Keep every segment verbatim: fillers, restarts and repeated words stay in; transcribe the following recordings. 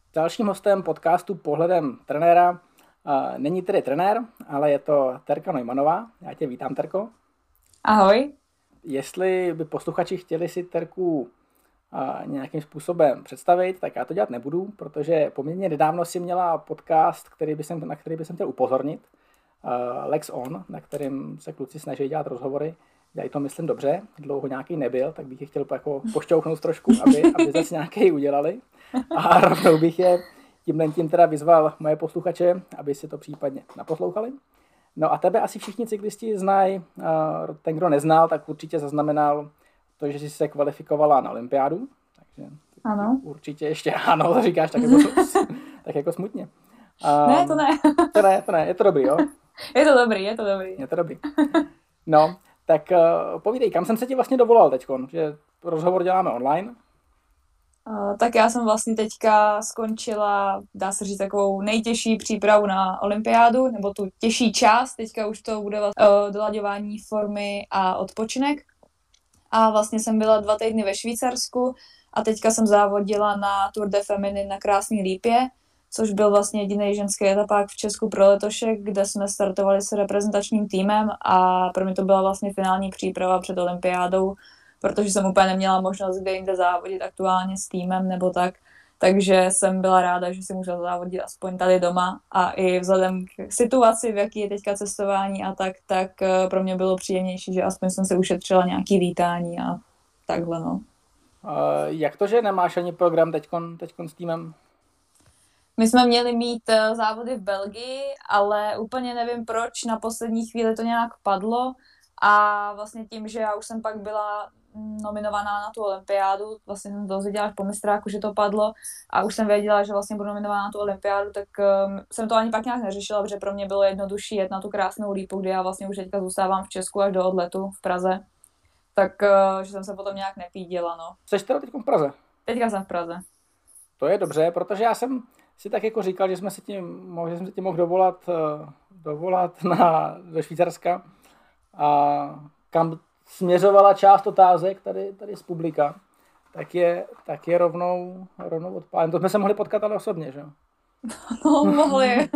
Dalším hostem podcastu Pohledem trenéra uh, není tedy trenér, ale je to Terka Neumannová. Já tě vítám, Terko. Ahoj. Jestli by posluchači chtěli si Terku uh, nějakým způsobem představit, tak já to dělat nebudu, protože poměrně nedávno si měla podcast, který by jsem, na který bych chtěl upozornit. Uh, Lex On, na kterým se kluci snaží dělat rozhovory. Já to myslím dobře, dlouho nějaký nebyl, tak bych je chtěl jako pošťouchnout trošku, aby, aby zase nějaký udělali. A rovnou bych je tímhle tím teda vyzval moje posluchače, aby si to případně naposlouchali. No a tebe asi všichni cyklisti znají, ten, kdo neznal, tak určitě zaznamenal to, že jsi se kvalifikovala na olympiádu. Takže ano. Určitě ještě ano, to říkáš tak jako, tak jako smutně. Um, ne, to ne. to ne, to ne, je to dobrý, jo? Je to dobrý, je to dobrý. Je to dobrý. No, tak uh, povídej, kam jsem se ti vlastně dovolal teďkon, že rozhovor děláme online? Uh, tak já jsem vlastně teďka skončila, dá se říct, takovou nejtěžší přípravu na olympiádu, nebo tu těžší část, teďka už to bude vlastně, uh, dolaďování formy a odpočinek. A vlastně jsem byla dva týdny ve Švýcarsku a teďka jsem závodila na Tour de Feminin na Krásný Lípě, což byl vlastně jediný ženský etapák v Česku pro letošek, kde jsme startovali s reprezentačním týmem a pro mě to byla vlastně finální příprava před olympiádou, protože jsem úplně neměla možnost kde jinde závodit aktuálně s týmem nebo tak, takže jsem byla ráda, že si můžu závodit aspoň tady doma a i vzhledem k situaci, v jaký je teďka cestování a tak, tak pro mě bylo příjemnější, že aspoň jsem si ušetřila nějaký lítání a takhle, no. Uh, jak to, že nemáš ani program teďkon, teďkon s týmem? My jsme měli mít závody v Belgii, ale úplně nevím proč, na poslední chvíli to nějak padlo a vlastně tím, že já už jsem pak byla nominovaná na tu olympiádu, vlastně jsem to dozvěděla až po mistráku, že to padlo a už jsem věděla, že vlastně budu nominovaná na tu olympiádu, tak um, jsem to ani pak nějak neřešila, protože pro mě bylo jednodušší jet na tu Krásnou Lípu, kde já vlastně už teďka zůstávám v Česku až do odletu v Praze, tak uh, že jsem se potom nějak nepíděla, no. Jsi teda teď v Praze? Teďka jsem v Praze. To je dobře, protože já jsem si tak jako říkal, že jsme si tím, že jsem si tím mohl dovolat, dovolat na, do Švýcarska a kam směřovala část otázek tady, tady z publika, tak je, tak je rovnou, rovnou odpálím. To jsme se mohli potkat ale osobně, že jo? No, mohli.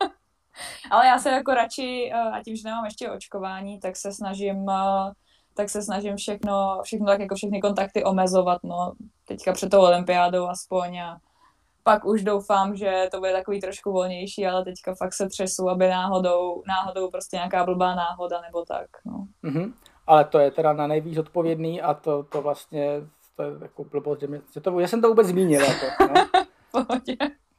Ale já se jako radši, a tím, že nemám ještě očkování, tak se snažím, tak se snažím všechno, všechno tak jako všechny kontakty omezovat, no, teďka před tou olympiádou aspoň a pak už doufám, že to bude takový trošku volnější, ale teďka fakt se třesu, aby náhodou, náhodou prostě nějaká blbá náhoda nebo tak, no. Mm-hmm. Ale to je teda na nejvíc odpovědný a to, to vlastně, to je jako blbost, že, mě, že, to, že jsem to vůbec zmínil, jako, no. Pohodě.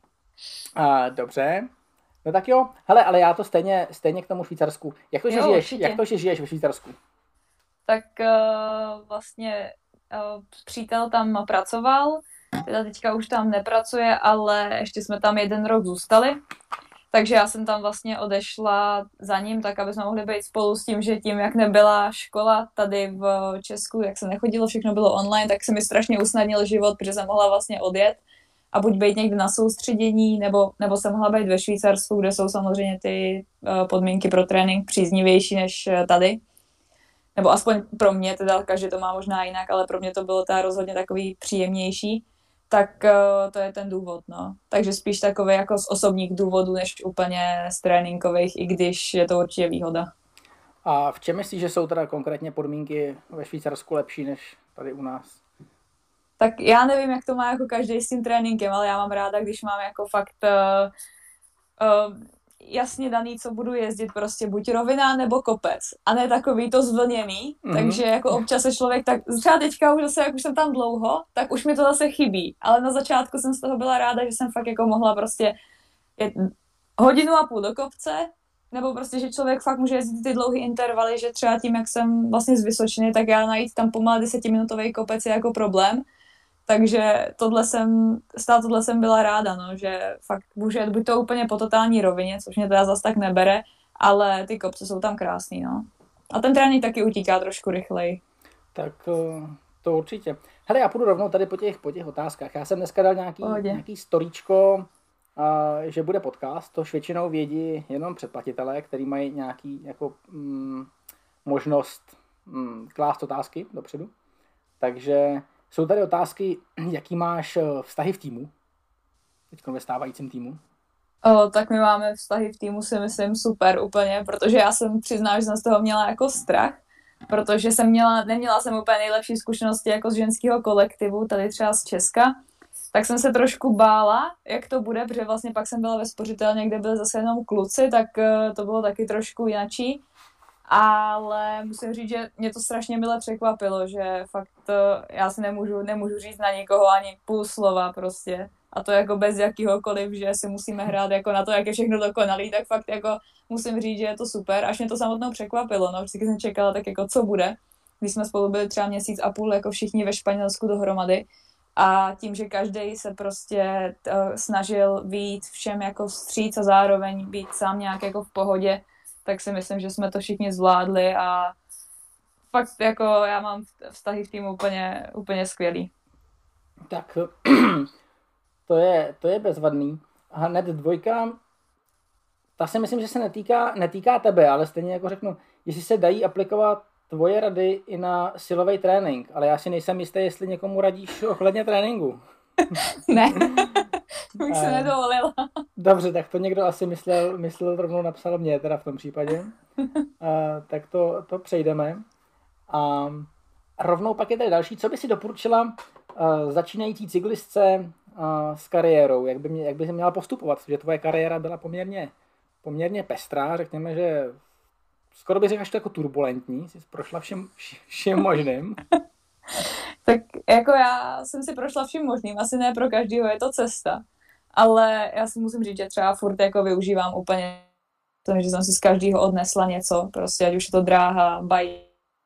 A, dobře. No tak jo, hele, ale já to stejně, stejně k tomu Švýcarsku. Jak to, že jo, žiješ, jak to, že žiješ ve Švýcarsku? Tak uh, vlastně uh, přítel tam pracoval, teda teďka už tam nepracuje, ale ještě jsme tam jeden rok zůstali, takže já jsem tam vlastně odešla za ním, tak aby jsme mohli být spolu s tím, že tím, jak nebyla škola tady v Česku, jak se nechodilo, všechno bylo online, tak se mi strašně usnadnil život, protože jsem mohla vlastně odjet a buď být někde na soustředění, nebo, nebo jsem mohla být ve Švýcarsku, kde jsou samozřejmě ty uh, podmínky pro trénink příznivější než tady. Nebo aspoň pro mě, teda každý to má možná jinak, ale pro mě to bylo teda rozhodně takový příjemnější. Tak uh, to je ten důvod, no. Takže spíš takový jako z osobních důvodů, než úplně z tréninkových, i když je to určitě výhoda. A v čem myslíš, že jsou teda konkrétně podmínky ve Švýcarsku lepší než tady u nás? Tak já nevím, jak to má jako každý s tím tréninkem, ale já mám ráda, když mám jako fakt uh, uh, jasně daný, co budu jezdit, prostě buď rovina nebo kopec. A ne takový to zvlněný, mm-hmm. Takže jako občas se člověk tak, třeba teďka už zase, jak už jsem tam dlouho, tak už mi to zase chybí. Ale na začátku jsem z toho byla ráda, že jsem fakt jako mohla prostě jet hodinu a půl do kopce, nebo prostě, že člověk fakt může jezdit ty dlouhé intervaly, že třeba tím, jak jsem vlastně z Vysočiny, tak já najít tam pomalu desetiminutový kopec je jako problém. Takže tohle jsem, stále tohle jsem byla ráda, no, že fakt může být to úplně po totální rovině, což mě teda zas tak nebere, ale ty kopce jsou tam krásný, no. A ten trénink taky utíká trošku rychleji. Tak to určitě. Hele, já půjdu rovnou tady po těch, po těch otázkách. Já jsem dneska dal nějaký, nějaký storíčko, že bude podcast, to většinou vědí jenom předplatitelé, kteří mají nějaký jako mm, možnost mm, klást otázky dopředu. Takže jsou tady otázky, jaký máš vztahy v týmu? teď ve stávajícím týmu? O, tak my máme vztahy v týmu, si myslím, super úplně, protože já jsem přiznala, že jsem z toho měla jako strach, protože jsem měla, neměla jsem úplně nejlepší zkušenosti jako z ženského kolektivu, tady třeba z Česka, tak jsem se trošku bála, jak to bude, protože vlastně pak jsem byla ve spořitelně, kde byly zase jenom kluci, tak to bylo taky trošku jinačí. Ale musím říct, že mě to strašně mile překvapilo, že fakt já si nemůžu, nemůžu říct na nikoho ani půl slova prostě. A to jako bez jakýhokoliv, že si musíme hrát jako na to, jak je všechno dokonalý, tak fakt jako musím říct, že je to super. Až mě to samotnou překvapilo, no, vždycky jsem čekala tak jako co bude, když jsme spolu byli třeba měsíc a půl jako všichni ve Španělsku dohromady. A tím, že každý se prostě uh, snažil vyjít všem jako vstříc a zároveň být sám nějak jako v pohodě, tak si myslím, že jsme to všichni zvládli a fakt jako já mám vztahy v týmu úplně, úplně skvělý. Tak to je, to je bezvadný. A hned dvojka, ta si myslím, že se netýká, netýká tebe, ale stejně jako řeknu, jestli se dají aplikovat tvoje rady i na silový trénink, ale já si nejsem jistý, jestli někomu radíš ohledně tréninku. Ne, bych se nedovolila. Dobře, tak to někdo asi myslel, myslel rovnou napsal mě teda v tom případě. A, tak to, to přejdeme. A rovnou pak je tady další. Co by si doporučila uh, začínající cyklistce uh, s kariérou? Jak by, mě, jak by se měla postupovat? Protože tvoje kariéra byla poměrně, poměrně pestrá, řekněme, že skoro bych řekla, že to jako turbulentní. Jsi prošla všem, všem možným. Tak jako já jsem si prošla vším možným, asi ne pro každého je to cesta, ale já si musím říct, že třeba furt jako využívám úplně to, že jsem si z každého odnesla něco, prostě ať už je to dráha, bajky,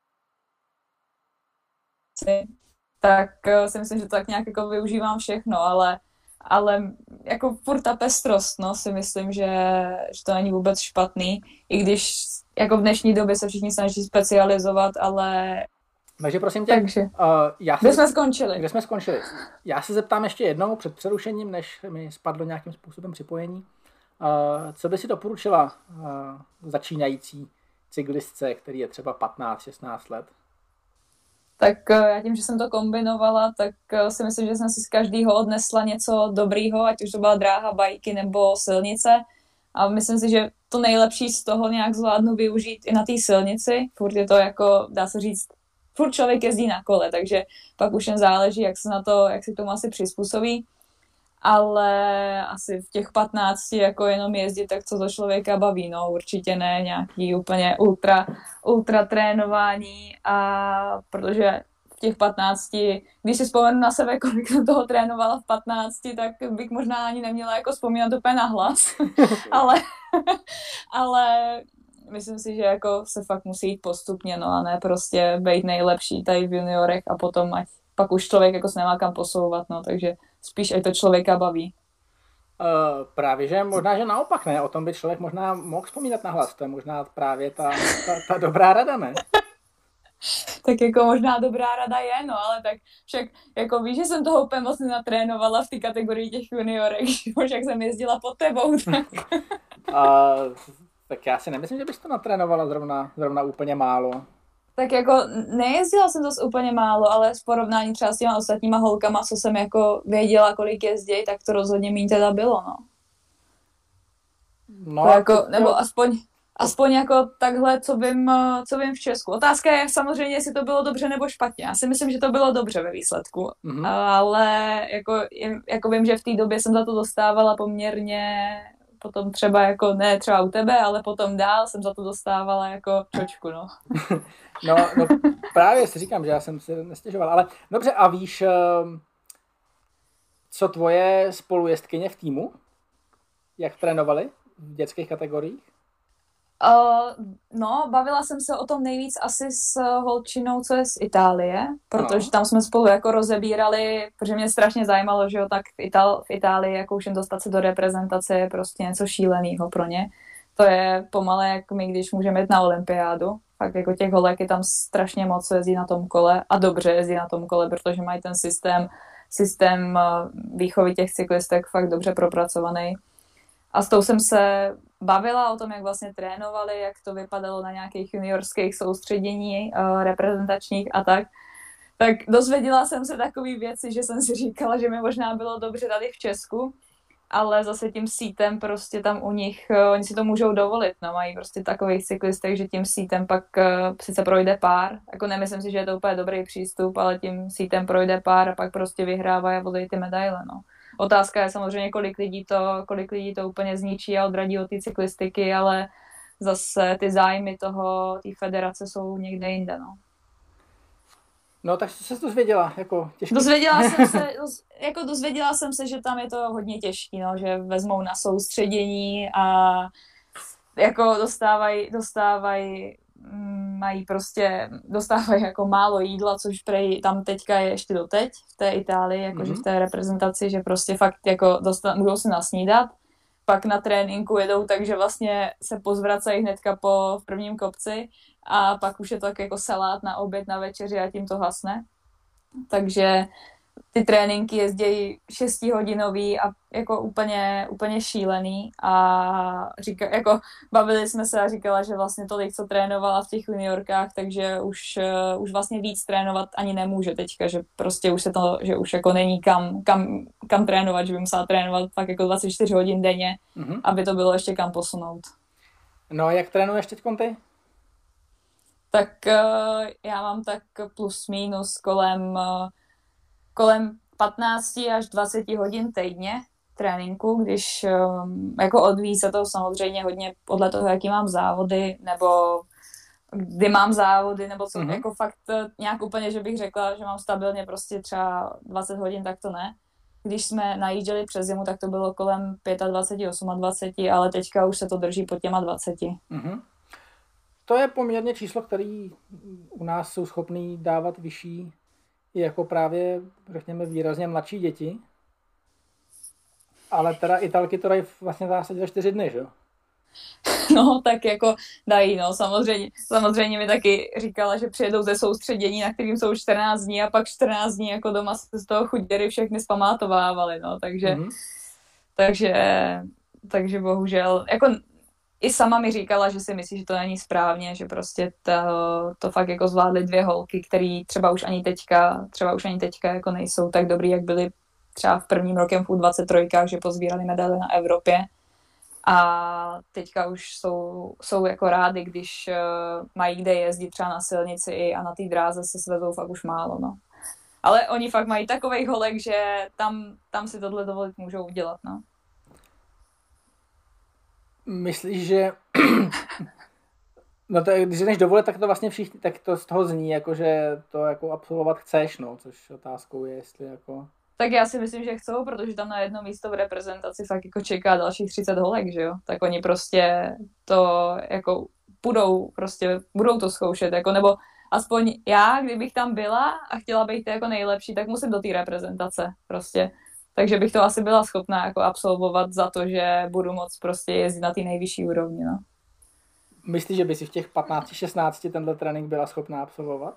tak si myslím, že to tak nějak jako využívám všechno, ale, ale jako furt ta pestrost, no, si myslím, že, že to není vůbec špatný, i když jako v dnešní době se všichni snaží specializovat, ale takže prosím tě, Takže. Uh, já kde se, jsme skončili? Kde jsme skončili? Já se zeptám ještě jednou před přerušením, než mi spadlo nějakým způsobem připojení. Uh, co by si doporučila uh, začínající cyklistce, který je třeba patnáct šestnáct let? Tak já tím, že jsem to kombinovala, tak si myslím, že jsem si z každého odnesla něco dobrýho, ať už to byla dráha, bajky nebo silnice. A myslím si, že to nejlepší z toho nějak zvládnu využít i na té silnici. Furt je to jako, dá se říct, furt člověk jezdí na kole, takže pak už jen záleží, jak se na to, jak si k tomu asi přizpůsobí. Ale asi v těch patnácti jako jenom jezdit, tak co to člověka baví, no určitě ne nějaký úplně ultra, ultra trénování, a protože v těch patnácti, když si vzpomenu na sebe, kolik jsem toho trénovala v patnácti, tak bych možná ani neměla jako vzpomínat úplně na hlas, ale, ale myslím si, že jako se fakt musí jít postupně, no a ne prostě být nejlepší tady v juniorech a potom ať pak už člověk jako se nemá kam posouvat, no, takže spíš ať to člověka baví. Uh, právě, že možná, že naopak ne, o tom by člověk možná mohl vzpomínat na hlas, to je možná právě ta, ta, ta dobrá rada, ne? Tak jako možná dobrá rada je, no, ale tak však jako víš, že jsem toho úplně moc nenatrénovala v té kategorii těch juniorek, že jak jsem jezdila pod tebou, tak... uh, tak já si nemyslím, že bys to natrénovala zrovna, zrovna úplně málo. Tak jako nejezdila jsem zase úplně málo, ale v porovnání třeba s těma ostatníma holkama, co jsem jako věděla, kolik jezdí, tak to rozhodně méně teda bylo, no. No, to jako, nebo aspoň, aspoň jako takhle, co vím, co vím v Česku. Otázka je samozřejmě, jestli to bylo dobře nebo špatně. Já si myslím, že to bylo dobře ve výsledku, mm-hmm. ale jako, jako vím, že v té době jsem za to dostávala poměrně, potom třeba jako, ne třeba u tebe, ale potom dál jsem za to dostávala jako čočku, no. No, no právě si říkám, že já jsem si nestěžoval, ale dobře, a víš, co tvoje spolujezdkyně v týmu? Jak trénovali v dětských kategoriích? Uh, no, bavila jsem se o tom nejvíc asi s holčinou, co je z Itálie, protože no. Tam jsme spolu jako rozebírali, protože mě strašně zajímalo, že jo, tak v, Itál- v Itálii jako už jen dostat se do reprezentace je prostě něco šíleného pro ně. To je pomalé, jak my, když můžeme jít na olympiádu. Fakt jako těch holek je tam strašně moc, co jezdí na tom kole a dobře jezdí na tom kole, protože mají ten systém, systém výchovy těch cyklistek fakt dobře propracovaný. A s tou jsem se bavila o tom, jak vlastně trénovali, jak to vypadalo na nějakých juniorských soustředění, reprezentačních a tak. Tak dozvěděla jsem se takové věci, že jsem si říkala, že mi možná bylo dobře tady v Česku. ale zase tím sítem prostě tam u nich, uh, oni si to můžou dovolit, no, mají prostě takových cyklistech, že tím sítem pak uh, sice projde pár, jako nemyslím si, že je to úplně dobrý přístup, ale tím sítem projde pár a pak prostě vyhrávají a vodají ty medaile, no. Otázka je samozřejmě, kolik lidí to, kolik lidí to úplně zničí a odradí od té cyklistiky, ale zase ty zájmy toho, té federace jsou někde jinde, no. No, tak jsi se to dozvěděla, jako těžký. Dozvěděla jsem se, doz, jako dozvěděla jsem se, že tam je to hodně těžký, no, že vezmou na soustředění a jako dostávají, dostávají, mají prostě, dostávají jako málo jídla, což prej tam teďka je ještě doteď v té Itálii, jakože mm-hmm. v té reprezentaci, že prostě fakt jako dostat, můžou se nasnídat, pak na tréninku jedou tak, že vlastně se pozvracají hnedka po v prvním kopci a pak už je to tak jako salát na oběd, na večeři a tím to hasne. Takže ty tréninky jezdějí šestihodinový a jako úplně, úplně šílený a říka, jako bavili jsme se a říkala, že vlastně tolik, co trénovala v těch juniorkách, takže už, uh, už vlastně víc trénovat ani nemůže teďka, že prostě už se to, že už jako není kam, kam, kam trénovat, že by musela trénovat fakt jako dvacet čtyři hodin denně, mm-hmm. aby to bylo ještě kam posunout. No a jak trénuješ teď ty? Tak uh, já mám tak plus minus kolem uh, kolem patnáct až dvacet hodin týdně tréninku, když um, jako odvíjí se to samozřejmě hodně podle toho, jaký mám závody, nebo kdy mám závody, nebo co, mm-hmm. jako fakt nějak úplně, že bych řekla, že mám stabilně prostě třeba dvacet hodin, tak to ne. Když jsme najížděli přes zimu, tak to bylo kolem dvacet pět, dvacet osm, ale teďka už se to drží pod těma dvaceti. Mm-hmm. To je poměrně číslo, který u nás jsou schopný dávat vyšší jako právě, řekněme, výrazně mladší děti. Ale teda Italky to dají vlastně v zásadě za čtyři dny, že jo? No, tak jako dají, no, samozřejmě. Samozřejmě mi taky říkala, že přijedou ze soustředění, na kterým jsou čtrnáct dní a pak čtrnáct dní jako doma se z toho chuděry všechny zpamatovávali, no, takže, mm-hmm. takže, takže bohužel, jako i sama mi říkala, že si myslí, že to není správně, že prostě to, to fakt jako zvládly dvě holky, které třeba už ani teďka, třeba už ani teďka jako nejsou tak dobrý, jak byly třeba v prvním rokem v U dvacet tři, že pozbírali medaile na Evropě. A teďka už jsou, jsou jako rády, když uh, mají kde jezdit třeba na silnici a na té dráze se svezou fakt už málo, no. Ale oni fakt mají takovej holek, že tam, tam si tohle dovolit můžou udělat, no. Myslíš, že no to, když jdeš dovolit, tak to vlastně všichni, tak to z toho zní, jako že to jako absolvovat chceš, no, což otázkou je, jestli jako... Tak já si myslím, že chcou, protože tam na jedno místo v reprezentaci fakt jako čeká dalších třicet holek, že jo, tak oni prostě to jako budou prostě, budou to zkoušet, jako, nebo aspoň já, kdybych tam byla a chtěla být jako nejlepší, tak musím do té reprezentace prostě. Takže bych to asi byla schopná jako absolvovat za to, že budu moct prostě jezdit na ty nejvyšší úrovni, no. Myslíš, že by si v těch patnácti šestnácti tenhle trénink byla schopná absolvovat?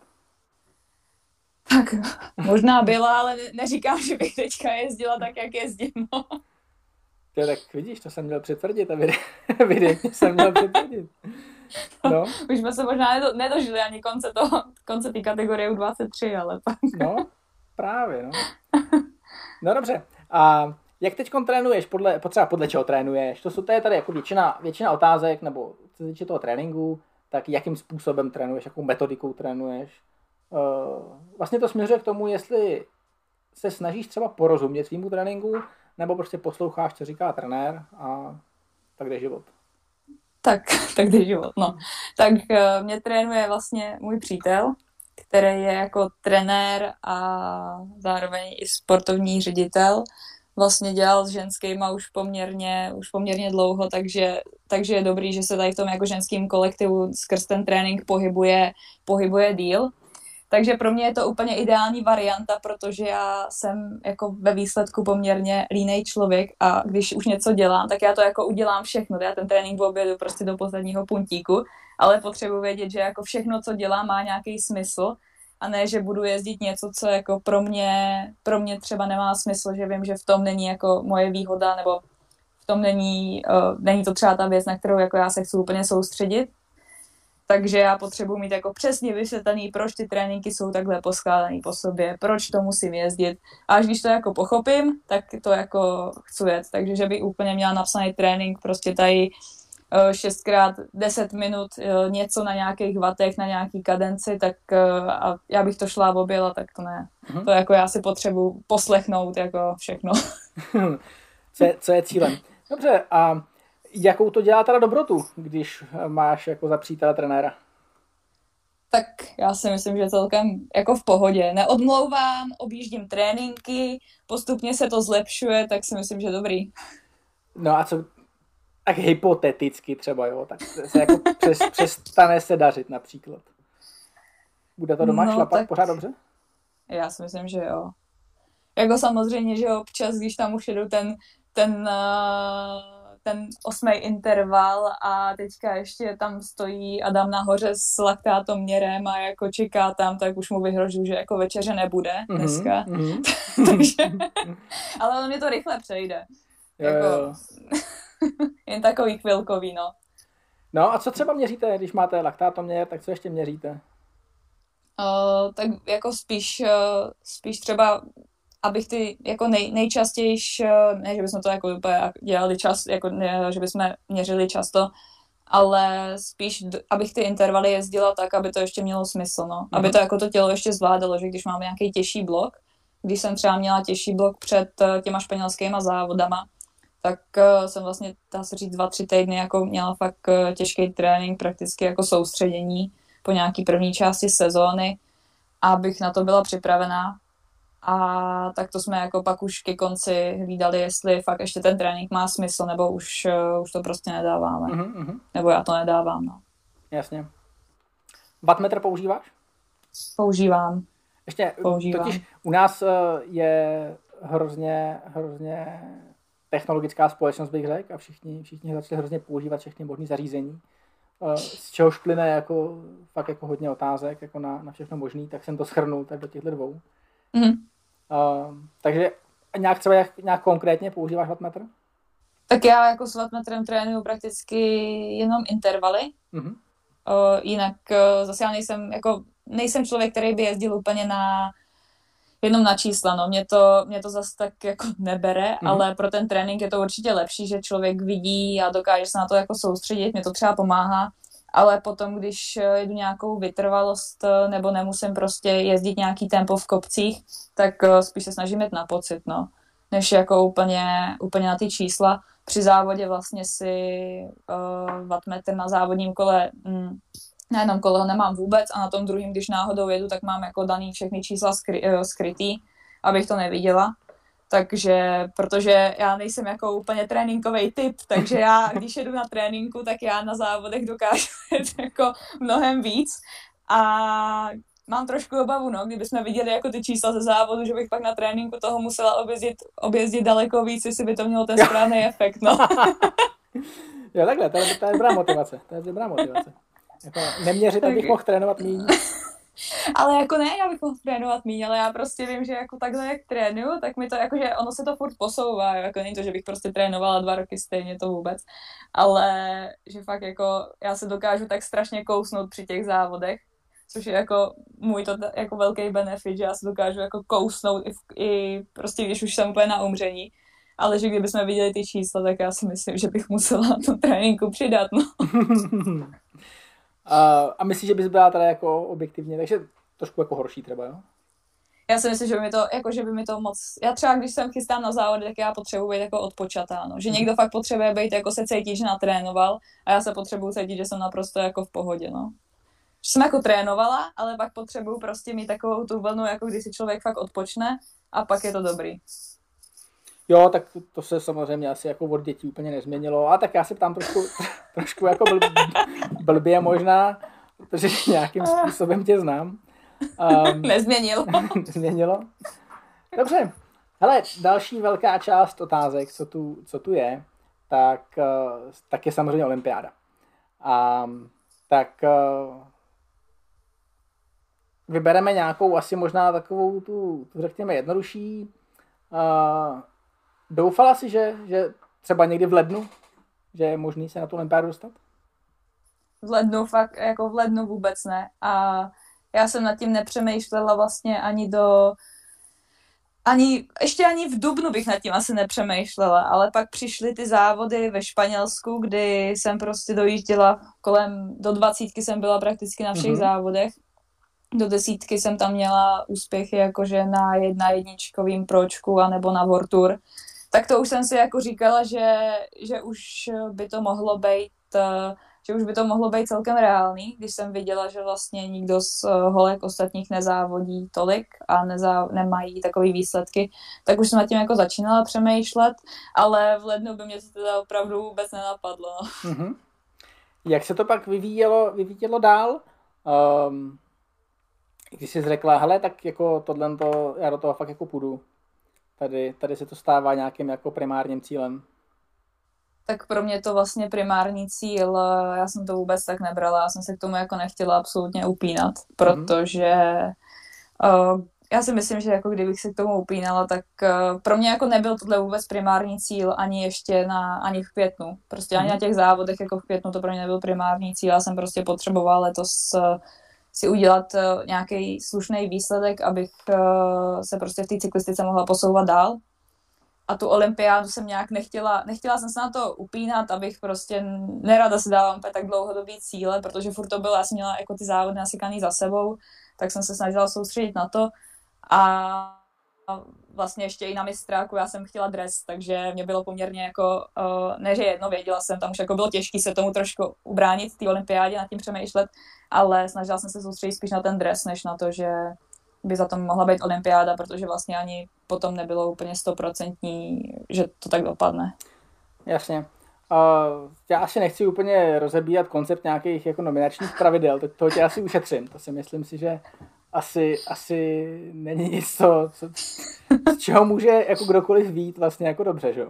Tak možná byla, ale neříkám, že bych teďka jezdila tak, jak jezdím, no. Ty, tak vidíš, to jsem měl přitvrdit, evidentně jsem měl přitvrdit. No. Už jsme se možná nedo, nedožili ani konce toho, konce té kategorie U dvacet tři, ale pak. No, právě, no. No dobře, a jak teď trénuješ, podle, potřeba podle čeho trénuješ? To jsou to je tady jako většina, většina otázek, nebo co se týče toho tréninku, tak jakým způsobem trénuješ, jakou metodikou trénuješ? Uh, vlastně to směřuje k tomu, jestli se snažíš třeba porozumět svýmu tréninku, nebo prostě posloucháš, co říká trenér a tak jde život. Tak, tak jde život, no. Tak uh, mě trénuje vlastně můj přítel, který je jako trenér a zároveň i sportovní ředitel. Vlastně dělal s ženskýma už poměrně, už poměrně dlouho, takže, takže je dobrý, že se tady v tom jako ženským kolektivu skrz ten trénink pohybuje, pohybuje díl. Takže pro mě je to úplně ideální varianta, protože já jsem jako ve výsledku poměrně línej člověk a když už něco dělám, tak já to jako udělám všechno. Já ten trénink objedu prostě do posledního puntíku, ale potřebuji vědět, že jako všechno, co dělám, má nějaký smysl a ne, že budu jezdit něco, co jako pro mě, pro mě třeba nemá smysl, že vím, že v tom není jako moje výhoda nebo v tom není, uh, není to třeba ta věc, na kterou jako já se chci úplně soustředit. Takže já potřebuji mít jako přesně vysvětlený, proč ty tréninky jsou takhle poskládaný po sobě, proč to musím jezdit. A až když to jako pochopím, tak to jako chci jet. Takže že by úplně měla napsaný trénink, prostě tady šest krát deset minut něco na nějakých vatech, na nějaký kadenci, tak a já bych to šla objela, tak to ne. Mm-hmm. To jako já si potřebuji poslechnout jako všechno. co, je, co je cílem? Dobře, a jakou to dělá teda dobrotu, když máš jako za přítele trenéra? Tak já si myslím, že celkem jako v pohodě. Neodmlouvám, objíždím tréninky, postupně se to zlepšuje, tak si myslím, že dobrý. No a co, tak hypoteticky třeba, jo, tak se jako přes, přestane se dařit například. Bude to doma no, šlapat tak pořád dobře? Já si myslím, že jo. Jako samozřejmě, že občas, když tam už jedu ten, ten, ten osmý interval a teďka ještě tam stojí Adam nahoře s laktátoměrem a jako čeká tam, tak už mu vyhrožuju, že jako večeře nebude dneska. Mm-hmm. Takže, ale on mě to rychle přejde. Jo, jako, jo. Jen takový chvilkový, no. No a co třeba měříte, když máte laktátoměr, tak co ještě měříte? Uh, tak jako spíš, uh, spíš třeba, abych ty jako nej, nejčastější, uh, ne, že bychom to jako dělali čas, jako ne, že bychom měřili často, ale spíš, abych ty intervaly jezdila tak, aby to ještě mělo smysl, no. Aby to jako to tělo ještě zvládalo, že když máme nějaký těžší blok, když jsem třeba měla těžší blok před uh, těma španělskýma závodama, tak uh, jsem vlastně, dá se říct, dva, tři týdny jako měla fakt uh, těžký trénink, prakticky jako soustředění po nějaký první části sezóny, abych na to byla připravená. A tak to jsme jako pak už ke konci hlídali, jestli fakt ještě ten trénink má smysl, nebo už, uh, už to prostě nedáváme. Mm-hmm. Nebo já to nedávám, no. Jasně. Wattmetr používáš? Používám. Ještě, Používám. Totiž u nás uh, je hrozně, hrozně technologická společnost, bych řekl, a všichni, všichni začali hrozně používat všechny možné zařízení, z čehož plyne jako, fakt jako hodně otázek jako na, na všechno možný, tak jsem to shrnul tak do těchto dvou. Mm. Uh, takže nějak třeba jak, nějak konkrétně používáš wattmetr? Tak já jako s wattmetrem trénuju prakticky jenom intervaly. Mm-hmm. Uh, jinak uh, zase já nejsem, jako, nejsem člověk, který by jezdil úplně na jenom na čísla, no, mě to, mě to zase tak jako nebere, mm. ale pro ten trénink je to určitě lepší, že člověk vidí a dokáže se na to jako soustředit, mě to třeba pomáhá, ale potom, když jedu nějakou vytrvalost nebo nemusím prostě jezdit nějaký tempo v kopcích, tak spíš se snažím jít na pocit, no, než jako úplně, úplně na ty čísla. Při závodě vlastně si uh, wattmetr na závodním kole mm, na jednom kole ho nemám vůbec a na tom druhém, když náhodou jedu, tak mám jako daný všechny čísla skry, skrytý, abych to neviděla. Takže, protože já nejsem jako úplně tréninkový typ, takže já, když jedu na tréninku, tak já na závodech dokážu jet jako mnohem víc a mám trošku obavu, no, kdybychom viděli jako ty čísla ze závodu, že bych pak na tréninku toho musela objezdit, objezdit daleko víc, jestli by to mělo ten správný efekt, no. Jo, takhle, to je, to je dobrá motivace, to je dobrá motivace. Jako neměřit, abych mohl trénovat míň. Ale jako ne, já bych mohl trénovat míň, ale já prostě vím, že jako takhle jak trénuju, tak mi to jako, že ono se to furt posouvá, jako není to, že bych prostě trénovala dva roky stejně, to vůbec, ale že fakt jako já se dokážu tak strašně kousnout při těch závodech, což je jako můj to jako velký benefit, že já se dokážu jako kousnout i, v, i prostě když už jsem úplně na umření, ale že kdybychom viděli ty čísla, tak já si myslím, že bych musela na tom tréninku přidat, no. A, a myslíš, že bys byla teda jako objektivně, takže trošku jako horší třeba, jo? Já si myslím, že by mi to, jako, že by mi to moc... Já třeba, když jsem chystám na závody, tak já potřebuji být jako odpočatá, no. Že někdo fakt potřebuje být, jako se cítit, že natrénoval a já se potřebuji cítit, že jsem naprosto jako v pohodě, no. Že jsem jako trénovala, ale pak potřebuji prostě mít takovou tu vlnu, jako když si člověk fakt odpočne a pak je to dobrý. Jo, tak to, to se samozřejmě asi jako od dětí úplně nezměnilo. A tak já se ptám trošku, trošku jako blb, blbě možná, protože nějakým způsobem tě znám. Um, Nezměnilo. Nezměnilo. Dobře. Hele, další velká část otázek, co tu, co tu je, tak, uh, tak je samozřejmě olympiáda. Um, tak uh, vybereme nějakou asi možná takovou tu, tu řekněme, jednodušší. Uh, Doufala jsi, že, že třeba někdy v lednu, že je možný se na tu olympiádu dostat? v lednu fakt, jako v lednu vůbec ne. A já jsem nad tím nepřemýšlela vlastně ani do... Ani, ještě ani v dubnu bych nad tím asi nepřemýšlela, ale pak přišly ty závody ve Španělsku, kdy jsem prostě dojížděla kolem, do dvacítky jsem byla prakticky na všech mm-hmm. závodech. Do desítky jsem tam měla úspěchy jakože na jedna jedničkovým pročku anebo na World Tour. Tak to už jsem si jako říkala, že, že už by to mohlo být, že už by to mohlo být celkem reálný, když jsem viděla, že vlastně nikdo z holek ostatních nezávodí tolik a nezá, nemají takové výsledky, tak už jsem nad tím jako začínala přemýšlet, ale v lednu by mě to teda opravdu vůbec nenapadlo. Mm-hmm. Jak se to pak vyvíjelo, vyvíjelo dál? Um, když jsi řekla, hele, tak jako tohle to, já do toho fakt jako půjdu. Tady, tady se to stává nějakým jako primárním cílem. Tak pro mě to vlastně primární cíl, já jsem to vůbec tak nebrala, já jsem se k tomu jako nechtěla absolutně upínat, protože uh, já si myslím, že jako kdybych se k tomu upínala, tak uh, pro mě jako nebyl tohle vůbec primární cíl ani ještě na, ani v květnu. Prostě ani na těch závodech jako v květnu to pro mě nebyl primární cíl, já jsem prostě potřebovala letos uh, si udělat uh, nějaký slušný výsledek, abych uh, se prostě v té cyklistice mohla posouvat dál. A tu olympiádu jsem nějak nechtěla, nechtěla jsem se na to upínat, abych prostě nerada si dávám tak dlouhodobý cíle, protože furt to bylo, já jsem měla jako ty závody nasykaný za sebou, tak jsem se snažila soustředit na to a vlastně ještě i na mistráku já jsem chtěla dres, takže mě bylo poměrně jako, uh, ne že jedno, věděla jsem, tam už jako bylo těžké se tomu trošku ubránit té olympiádě, nad tím přemýšlet, ale snažila jsem se soustředit spíš na ten dres, než na to, že by za to mohla být olympiáda, protože vlastně ani potom nebylo úplně stoprocentní, že to tak dopadne. Jasně. Uh, já asi nechci úplně rozebírat koncept nějakých jako nominačních pravidel, to, toho tě asi ušetřím. To si myslím si, že asi, asi není nic, co, co, z čeho může jako kdokoliv vít vlastně jako dobře, že jo?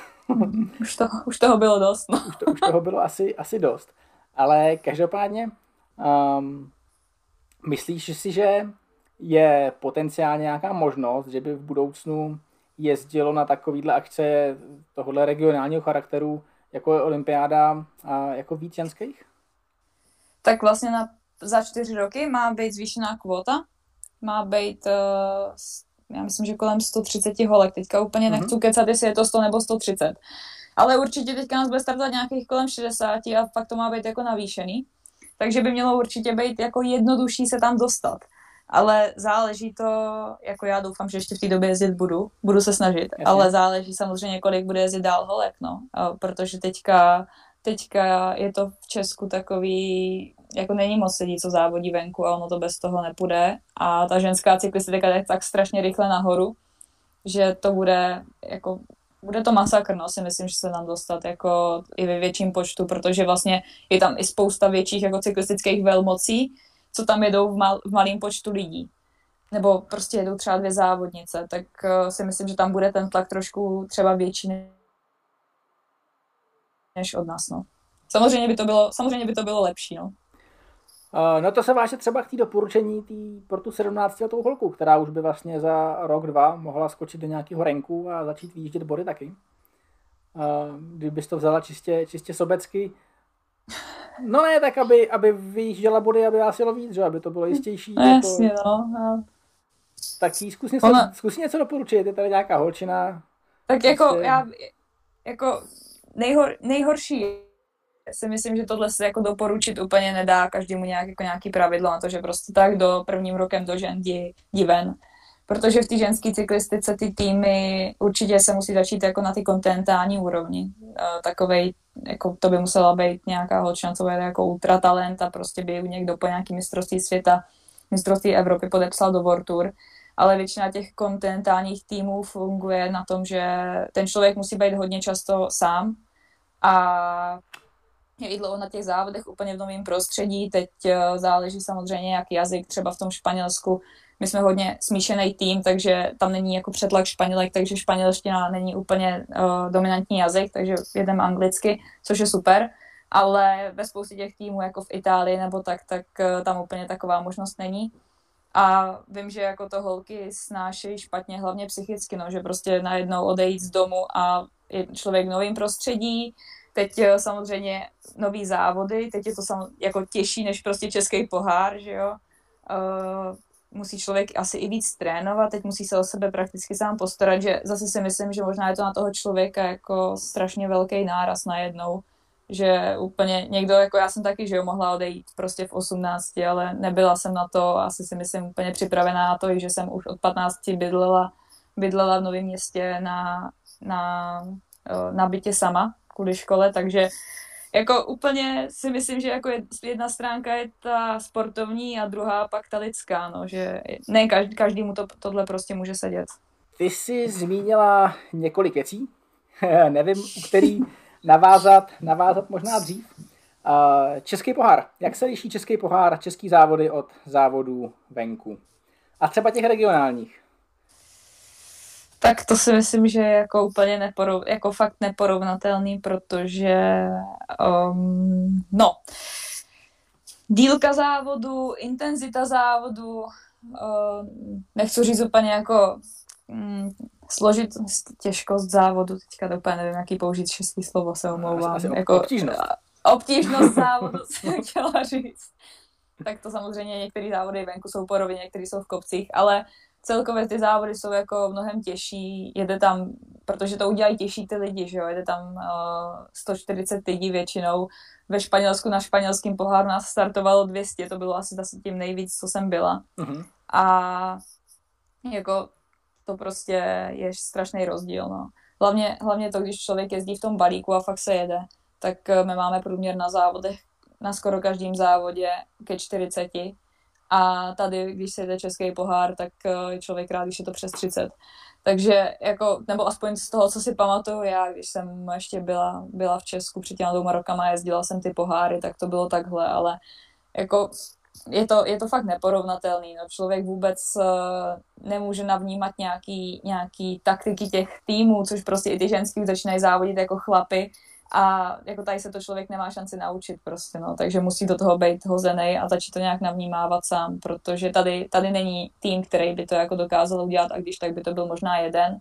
Už, to, už toho bylo dost. No. Už, to, už toho bylo asi, asi dost. Ale každopádně um, myslíš si, že je potenciálně nějaká možnost, že by v budoucnu jezdilo na takovýhle akce tohohle regionálního charakteru, jako je olympiáda, a jako víc ženských? Tak vlastně na, za čtyři roky má být zvýšená kvota. Má být, uh, já myslím, že kolem sto třicet holek. Teďka úplně mm-hmm. nechci kecat, jestli je to sto nebo sto třicet. Ale určitě teďka nás bude startovat nějakých kolem šedesát a fakt to má být jako navýšený. Takže by mělo určitě být jako jednodušší se tam dostat. Ale záleží to, jako já doufám, že ještě v té době jezdit budu, budu se snažit, Jasně. ale záleží samozřejmě, kolik bude jezdit dál holek, no, a protože teďka, teďka je to v Česku takový, jako není moc lidí, co závodí venku a ono to bez toho nepůjde a ta ženská cyklistika je tak strašně rychle nahoru, že to bude, jako, bude to masakr, no, si myslím, že se nám dostat jako i ve větším počtu, protože vlastně je tam i spousta větších jako cyklistických velmocí, co tam jedou v, mal, v malém počtu lidí. Nebo prostě jedou třeba dvě závodnice, tak uh, si myslím, že tam bude ten tlak trošku třeba větší než od nás, no. Samozřejmě by to bylo, samozřejmě by to bylo lepší, no. Uh, no to se váže třeba k té doporučení tý, pro tu sedmnáctiletou holku, která už by vlastně za rok, dva mohla skočit do nějakého renku a začít výjíždět body taky. Uh, kdybys to vzala čistě, čistě sobecky, no ne, tak aby, aby vyjížděla body, aby vás jelo víc, že? Aby to bylo jistější. No jako... jasně, no. no. Tak jí zkus něco, Ona... zkus něco doporučit, je tady nějaká holčina. Tak prostě... jako já, jako nejhor, nejhorší si myslím, že tohle se jako doporučit úplně nedá každému nějak, jako nějaký pravidlo na to, že prostě tak do prvním rokem do žen jdi, jdi ven. Protože v té ženské cyklistice ty týmy určitě se musí začít jako na ty kontinentální úrovni. Takovej, jako to by musela být nějaká holčina, co bude jako ultra talent a prostě by někdo po nějaký mistrovství světa, mistrovství Evropy podepsal do World Tour. Ale většina těch kontinentálních týmů funguje na tom, že ten člověk musí být hodně často sám a je i dlouho na těch závodech úplně v novém prostředí. Teď záleží samozřejmě, jak jazyk, třeba v tom Španělsku. My jsme hodně smíšený tým, takže tam není jako přetlak Španělek, takže španělština není úplně uh, dominantní jazyk, takže jedeme anglicky, což je super. Ale ve spoustě těch týmů, jako v Itálii nebo tak, tak uh, tam úplně taková možnost není. A vím, že jako to holky snášejí špatně, hlavně psychicky, no, že prostě najednou odejít z domu a je člověk v novém prostředí, teď uh, samozřejmě nový závody, teď je to sam, jako těžší než prostě český pohár, že jo. Uh, musí člověk asi i víc trénovat, teď musí se o sebe prakticky sám postarat, že zase si myslím, že možná je to na toho člověka jako strašně velký náraz najednou, že úplně někdo, jako já jsem taky, že jo, mohla odejít prostě v osmnácti, ale nebyla jsem na to, asi si myslím úplně připravená na to, že jsem už od patnácti bydlela, bydlela v Novém Městě na, na, na bytě sama kvůli škole, takže jako úplně si myslím, že jako jedna stránka je ta sportovní a druhá pak ta lidská, no, že ne každý, každému to, tohle prostě může sedět. Ty jsi zmínila několik věcí, nevím, u který navázat, navázat možná dřív. Český pohár. Jak se liší český pohár, český závody od závodů venku? A třeba těch regionálních? Tak to si myslím, že je jako úplně neporov, jako fakt neporovnatelný, protože um, no, dílka závodu, intenzita závodu, uh, nechci říct úplně jako um, složit těžkost závodu, teďka to úplně nevím, jaký použít český slovo, se omlouvám. Asi, asi jako, obtížnost. Obtížnost závodu jsem chtěla říct. Tak to samozřejmě některé závody venku jsou po rovině, některé jsou v kopcích, ale celkově ty závody jsou jako mnohem těžší, jede tam, protože to udělají těžší ty lidi, že jo, jede tam uh, sto čtyřicet lidí většinou. Ve Španělsku na španělském poháru nás startovalo dvě stě, to bylo asi zase tím nejvíc, co jsem byla. Uh-huh. A jako to prostě je strašný rozdíl, no. Hlavně, hlavně to, když člověk jezdí v tom balíku a fakt se jede, tak my máme průměr na závodech, na skoro každém závodě ke čtyřiceti. A tady, když se jde český pohár, tak je člověk rád, když je to přes třicet. Takže jako, nebo aspoň z toho, co si pamatuju já, když jsem ještě byla, byla v Česku před těma dvouma rokama, jezdila jsem ty poháry, tak to bylo takhle, ale jako je to, je to fakt neporovnatelný. No. Člověk vůbec uh, nemůže navnímat nějaký, nějaký taktiky těch týmů, což prostě i ty ženský začínají závodit jako chlapy. A jako tady se to člověk nemá šanci naučit prostě, no, takže musí do toho být hozenej a začít to nějak navnímávat sám, protože tady, tady není tým, který by to jako dokázal udělat a když tak by to byl možná jeden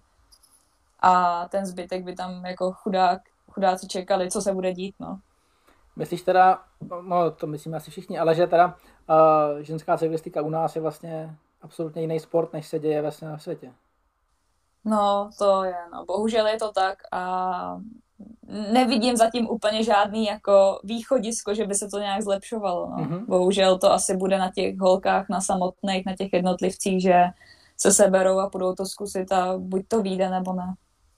a ten zbytek by tam jako chudák, chudáci čekali, co se bude dít, no. Myslíš teda, no to myslím asi všichni, ale že teda uh, ženská cyklistika u nás je vlastně absolutně jiný sport, než se děje vlastně na světě. No, to je, no, bohužel je to tak a nevidím zatím úplně žádný jako východisko, že by se to nějak zlepšovalo. No. Mm-hmm. Bohužel to asi bude na těch holkách, na samotných, na těch jednotlivcích, že se seberou a budou to zkusit a buď to vyjde, nebo ne.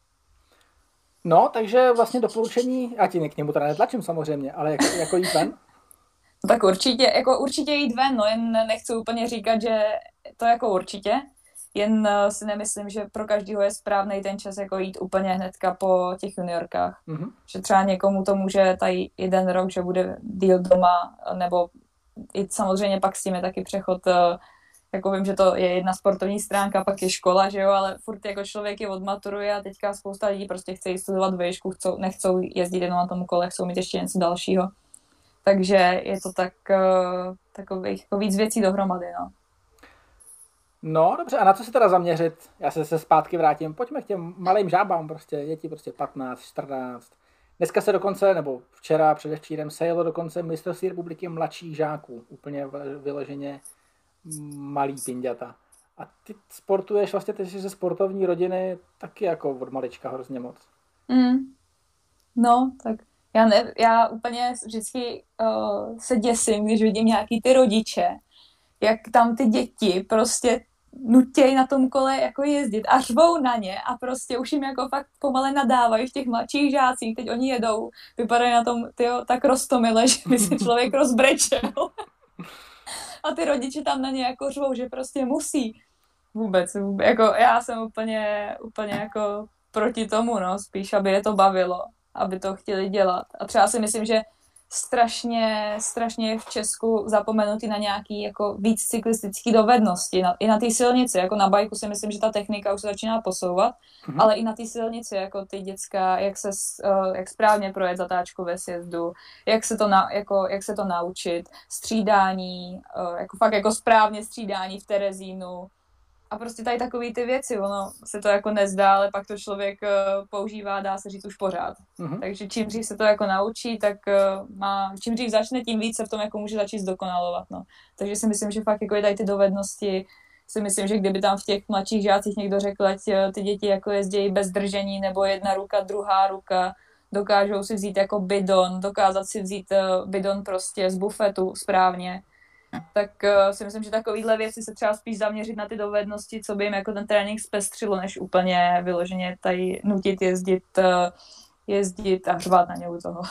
No, takže vlastně doporučení, já ti k němu teda netlačím samozřejmě, ale jako, jako jít ven? No, tak určitě, jako určitě jít ven, no jen nechci úplně říkat, že to jako určitě, jen si nemyslím, že pro každého je správný ten čas jako jít úplně hnedka po těch juniorkách. Mm-hmm. Že třeba někomu to může tady jeden rok, že bude díl doma, nebo i samozřejmě pak s tím je taky přechod, jako vím, že to je jedna sportovní stránka, pak je škola, že jo, ale furt jako člověk je odmaturuje a teďka spousta lidí prostě chce jít studovat výšku, chcou, nechcou jezdit jenom na tom kole, chcou mít ještě něco dalšího. Takže je to tak, takových jako víc věcí dohromady, no. No, dobře, a na co se teda zaměřit? Já se se zpátky vrátím. Pojďme k těm malým žábám, prostě, je ti prostě patnáct, čtrnáct. Dneska se dokonce, nebo včera, předevčírem se jelo dokonce mistrovství republiky mladších žáků. Úplně vyloženě malý pinďata. A ty sportuješ, vlastně ty jsi ze sportovní rodiny taky jako od malička hrozně moc. Mm. No, tak já, ne, já úplně vždycky uh, se děsím, když vidím nějaký ty rodiče, jak tam ty děti prostě nutějí na tom kole jako jezdit a řvou na ně a prostě už jim jako fakt pomale nadávají v těch mladších žácích, teď oni jedou, vypadají na tom tyjo, tak roztomile, že by si člověk rozbrečel. A ty rodiče tam na ně jako řvou, že prostě musí. Vůbec, vůbec jako já jsem úplně, úplně jako proti tomu, no, spíš, aby je to bavilo, aby to chtěli dělat. A třeba si myslím, že strašně, strašně v Česku zapomenutý na nějaký jako víc cyklistický dovednosti. Na, I na té silnici, jako na bajku si myslím, že ta technika už se začíná posouvat, mm-hmm. ale i na té silnici, jako ty děcka, jak se uh, jak správně projet zatáčku ve sjezdu, jak se to, na, jako, jak se to naučit, střídání, uh, jako fakt jako správně střídání v Terezínu, a prostě tady takový ty věci, ono se to jako nezdá, ale pak to člověk uh, používá, dá se říct, už pořád. Mm-hmm. Takže čím dřív se to jako naučí, tak uh, má, čím dřív začne, tím víc se v tom jako může začít zdokonalovat, no. Takže si myslím, že fakt jako je tady ty dovednosti, si myslím, že kdyby tam v těch mladších žácích někdo řekl, ať ty děti jako jezdějí bez držení, nebo jedna ruka, druhá ruka, dokážou si vzít jako bidon, dokázat si vzít uh, bidon prostě z bufetu správně, tak uh, si myslím, že takovýhle věci se třeba spíš zaměřit na ty dovednosti, co by jim jako ten trénink zpestřilo, než úplně vyloženě tady nutit jezdit, uh, jezdit a řvát na ně u toho.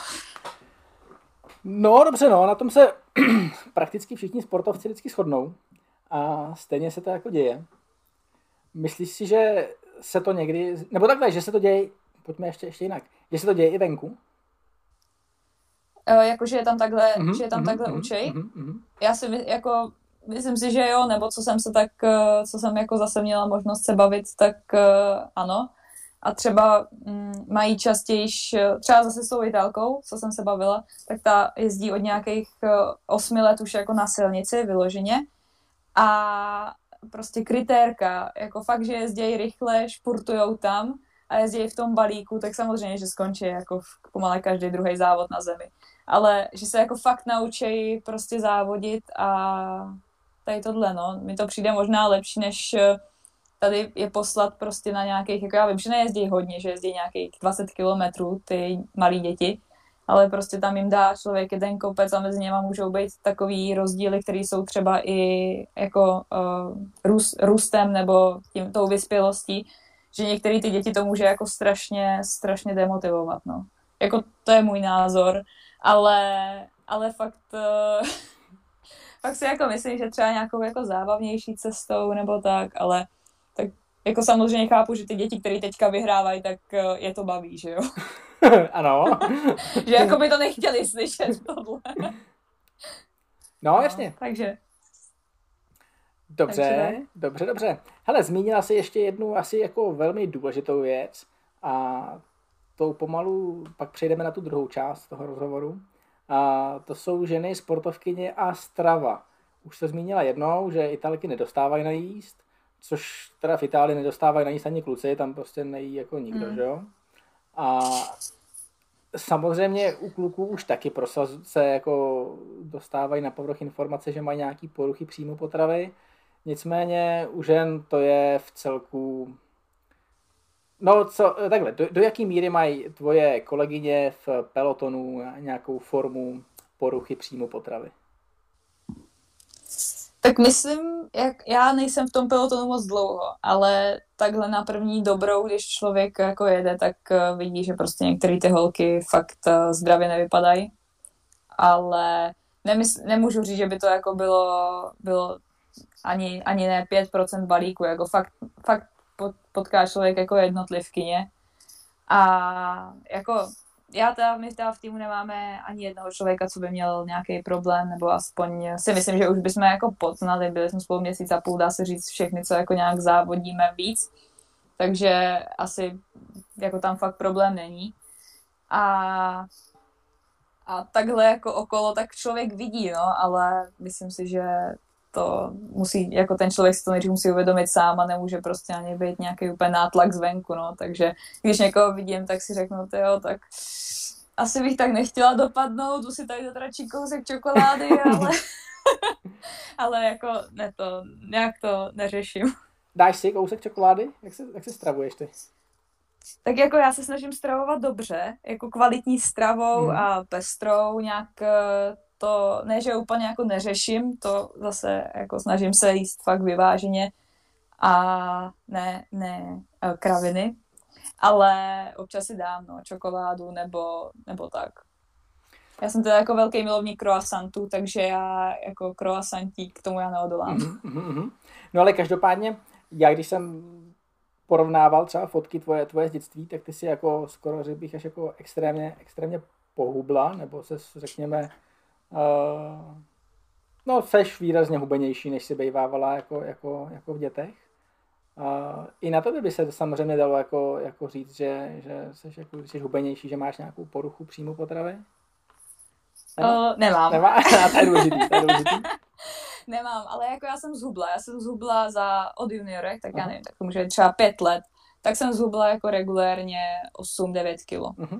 No dobře, no, na tom se prakticky všichni sportovci vždycky shodnou a stejně se to jako děje. Myslíš si, že se to někdy, nebo takhle, že se to děje, pojďme ještě, ještě jinak, že se to děje i venku? Uh, jakože je tam takhle, mm-hmm, že je tam mm-hmm, takhle mm-hmm, učej. Mm-hmm. Já si my, jako, myslím si, že jo, nebo co jsem se tak, co jsem jako zase měla možnost se bavit, tak uh, ano. A třeba mm, mají častěji, třeba zase s tou Italkou, co jsem se bavila, tak ta jezdí od nějakých uh, osmi let už jako na silnici vyloženě. A prostě kritérka, jako fakt, že jezdí rychle, špurtujou tam a jezdí v tom balíku, tak samozřejmě, že skončí jako pomale každý druhý závod na zemi. Ale že se jako fakt naučí prostě závodit a tady tohle, no. Mi to přijde možná lepší, než tady je poslat prostě na nějakých, jako já vím, že nejezdí hodně, že jezdí nějakých dvacet kilometrů ty malí děti, ale prostě tam jim dá člověk jeden kopec a mezi něma můžou být takový rozdíly, které jsou třeba i jako uh, růst, růstem nebo tím, tou vyspělostí, že některé ty děti to může jako strašně, strašně demotivovat, no. Jako to je můj názor, ale, ale fakt, uh, fakt si jako myslím, že třeba nějakou jako zábavnější cestou nebo tak, ale tak jako samozřejmě chápu, že ty děti, které teďka vyhrávají, tak uh, je to baví, že jo? Ano. Že jako by to nechtěli slyšet tohle. No, no jasně. Takže. Dobře, takže dobře, dobře. Hele, zmínila jsi ještě jednu asi jako velmi důležitou věc a tou pomalu pak přejdeme na tu druhou část toho rozhovoru. A to jsou ženy, sportovkyně a strava. Už to zmínila jednou, že Italky nedostávají najíst, což teda v Itálii nedostávají najíst ani kluci, tam prostě nejí jako nikdo, mm. že jo? A samozřejmě u kluků už taky se jako dostávají na povrch informace, že mají nějaký poruchy příjmu potravy. Nicméně u žen to je v celku... No co, takhle, do, do jaký míry mají tvoje kolegyně v pelotonu nějakou formu poruchy příjmu potravy? Tak myslím, jak já nejsem v tom pelotonu moc dlouho, ale takhle na první dobrou, když člověk jako jede, tak vidí, že prostě některé ty holky fakt zdravě nevypadají. Ale nemysl, nemůžu říct, že by to jako bylo, bylo ani, ani ne pět procent balíku, jako fakt, fakt potká člověk jako jednotlivkyně. A jako já teda, my teda v týmu nemáme ani jednoho člověka, co by měl nějaký problém, nebo aspoň si myslím, že už bychom jako poznali, byli jsme spolu měsíc a půl, dá se říct všechny, co jako nějak závodíme víc, takže asi jako tam fakt problém není. A, a takhle jako okolo, tak člověk vidí, no, ale myslím si, že to musí, jako ten člověk si to nejdřív musí uvědomit sám a nemůže prostě ani být nějaký úplně nátlak zvenku, no, takže když někoho vidím, tak si řeknu, tyjo, tak asi bych tak nechtěla dopadnout, jdu si tady dát radši kousek čokolády, ale ale jako ne to, nějak to neřeším. Dáš si kousek čokolády? Jak se, jak se stravuješ ty? Tak jako já se snažím stravovat dobře, jako kvalitní stravou hmm. a pestrou, nějak to, ne, že úplně jako neřeším, to zase jako snažím se jíst fakt vyváženě a ne, ne kraviny, ale občas si dám, no, čokoládu nebo, nebo tak. Já jsem teda jako velký milovník croissantů, takže já jako croissantík k tomu já neodolám. Mm-hmm, mm-hmm. No ale každopádně, já když jsem porovnával třeba fotky tvoje, tvoje z dětství, tak ty si jako skoro řekl bych až jako extrémně, extrémně pohubla, nebo se řekněme Uh, no, seš výrazně hubenější, než si bývávala jako, jako, jako v dětech. Uh, I na to by se to samozřejmě dalo jako, jako říct, že, že seš, jako, jsi hubenější, že máš nějakou poruchu příjmu potravy? Uh, nemám. Nemá? To je důležitý, to je důležitý. Nemám, ale jako já jsem zhubla. Já jsem zhubla za od juniorek, tak já Aha. nevím, tak to může být třeba pět let. Tak jsem zhubla jako regulérně osm devět kilo. Uh-huh.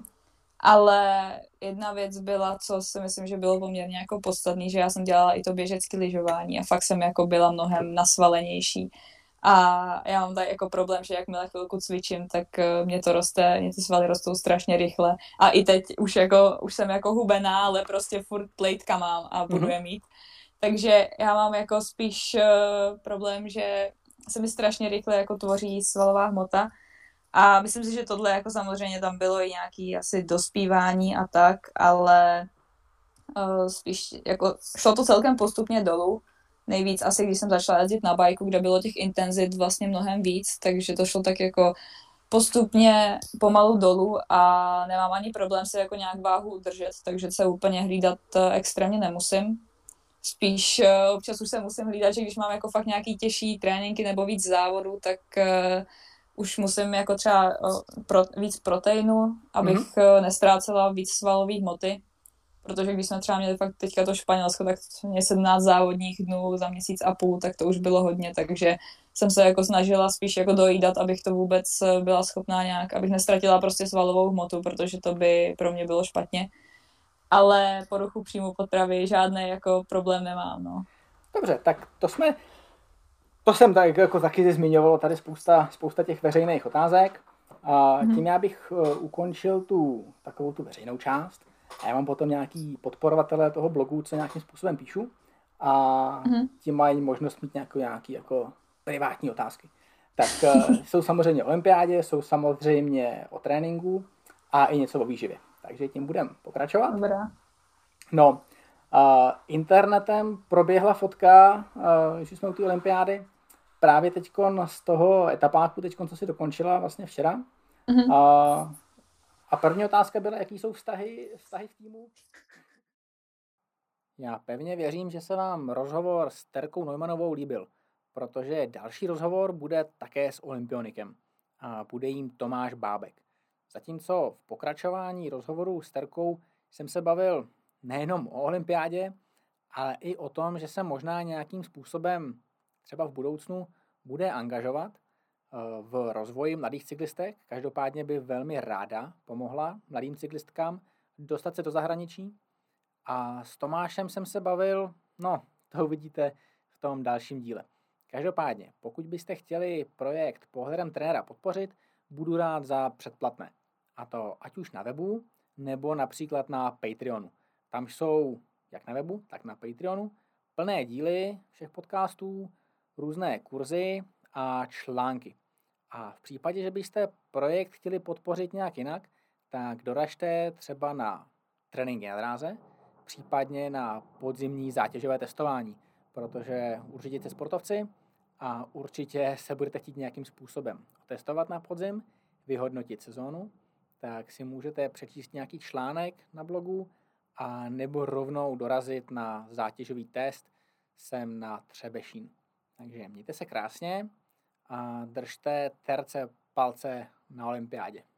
Ale jedna věc byla, co si myslím, že bylo poměrně jako podstatný, že já jsem dělala i to běžecké lyžování a fakt jsem jako byla mnohem nasvalenější. A já mám tady jako problém, že jakmile chvilku cvičím, tak mě to roste, mě ty svaly rostou strašně rychle. A i teď už, jako, už jsem jako hubená, ale prostě furt plejtka mám a budu je mít. Takže já mám jako spíš uh, problém, že se mi strašně rychle jako tvoří svalová hmota. A myslím si, že tohle jako samozřejmě tam bylo i nějaký asi dospívání a tak, ale uh, spíš jako šlo to celkem postupně dolů. Nejvíc asi, když jsem začala jezdit na bajku, kde bylo těch intenzit vlastně mnohem víc, takže to šlo tak jako postupně pomalu dolů a nemám ani problém si jako nějak váhu udržet, takže se úplně hlídat extrémně nemusím. Spíš uh, občas už se musím hlídat, že když mám jako fakt nějaký těžší tréninky nebo víc závodů, tak uh, už musím jako třeba uh, pro, víc proteinu, abych mm-hmm. uh, nestrácela víc svalové hmoty. Protože když jsme třeba měli fakt teďka to Španělsko, tak jsme měli sedmnáct závodních dnů za měsíc a půl, tak to už bylo hodně, takže jsem se jako snažila spíš jako dojídat, abych to vůbec byla schopná nějak, abych nestratila prostě svalovou hmotu, protože to by pro mě bylo špatně. Ale poruchu příjmu potravy žádný jako problém nemám, no. Dobře, tak to jsme, to jsem tak jako taky zmiňovalo tady spousta, spousta těch veřejných otázek a tím mm-hmm. já bych uh, ukončil tu takovou tu veřejnou část. A já mám potom nějaký podporovatele toho blogu, co nějakým způsobem píšu a mm-hmm. tím mají možnost mít nějakou, nějaký jako privátní otázky. Tak uh, jsou samozřejmě o olympiádě, jsou samozřejmě o tréninku a i něco o výživě. Takže tím budeme pokračovat. Dobrá. No, uh, internetem proběhla fotka, uh, když jsme u té olympiády, právě teďkon z toho etapáku, teďkon, co si dokončila vlastně včera. Mm-hmm. Uh, A první otázka byla, jaký jsou vztahy, vztahy v týmu? Já pevně věřím, že se vám rozhovor s Terkou Neumannovou líbil, protože další rozhovor bude také s olympionikem a bude jím Tomáš Bábek. Zatímco v pokračování rozhovoru s Terkou jsem se bavil nejenom o olympiádě, ale i o tom, že se možná nějakým způsobem třeba v budoucnu bude angažovat v rozvoji mladých cyklistek. Každopádně by velmi ráda pomohla mladým cyklistkám dostat se do zahraničí. A s Tomášem jsem se bavil, no, to uvidíte v tom dalším díle. Každopádně, pokud byste chtěli projekt Pohledem trenéra podpořit, budu rád za předplatné. A to ať už na webu, nebo například na Patreonu. Tam jsou, jak na webu, tak na Patreonu, plné díly všech podcastů, různé kurzy a články. A v případě, že byste projekt chtěli podpořit nějak jinak, tak doražte třeba na tréninky na dráze, případně na podzimní zátěžové testování, protože určitě jste sportovci a určitě se budete chtít nějakým způsobem testovat na podzim, vyhodnotit sezónu, tak si můžete přečíst nějaký článek na blogu a nebo rovnou dorazit na zátěžový test sem na Třebešín. Takže mějte se krásně a držte Terce palce na olympiádě.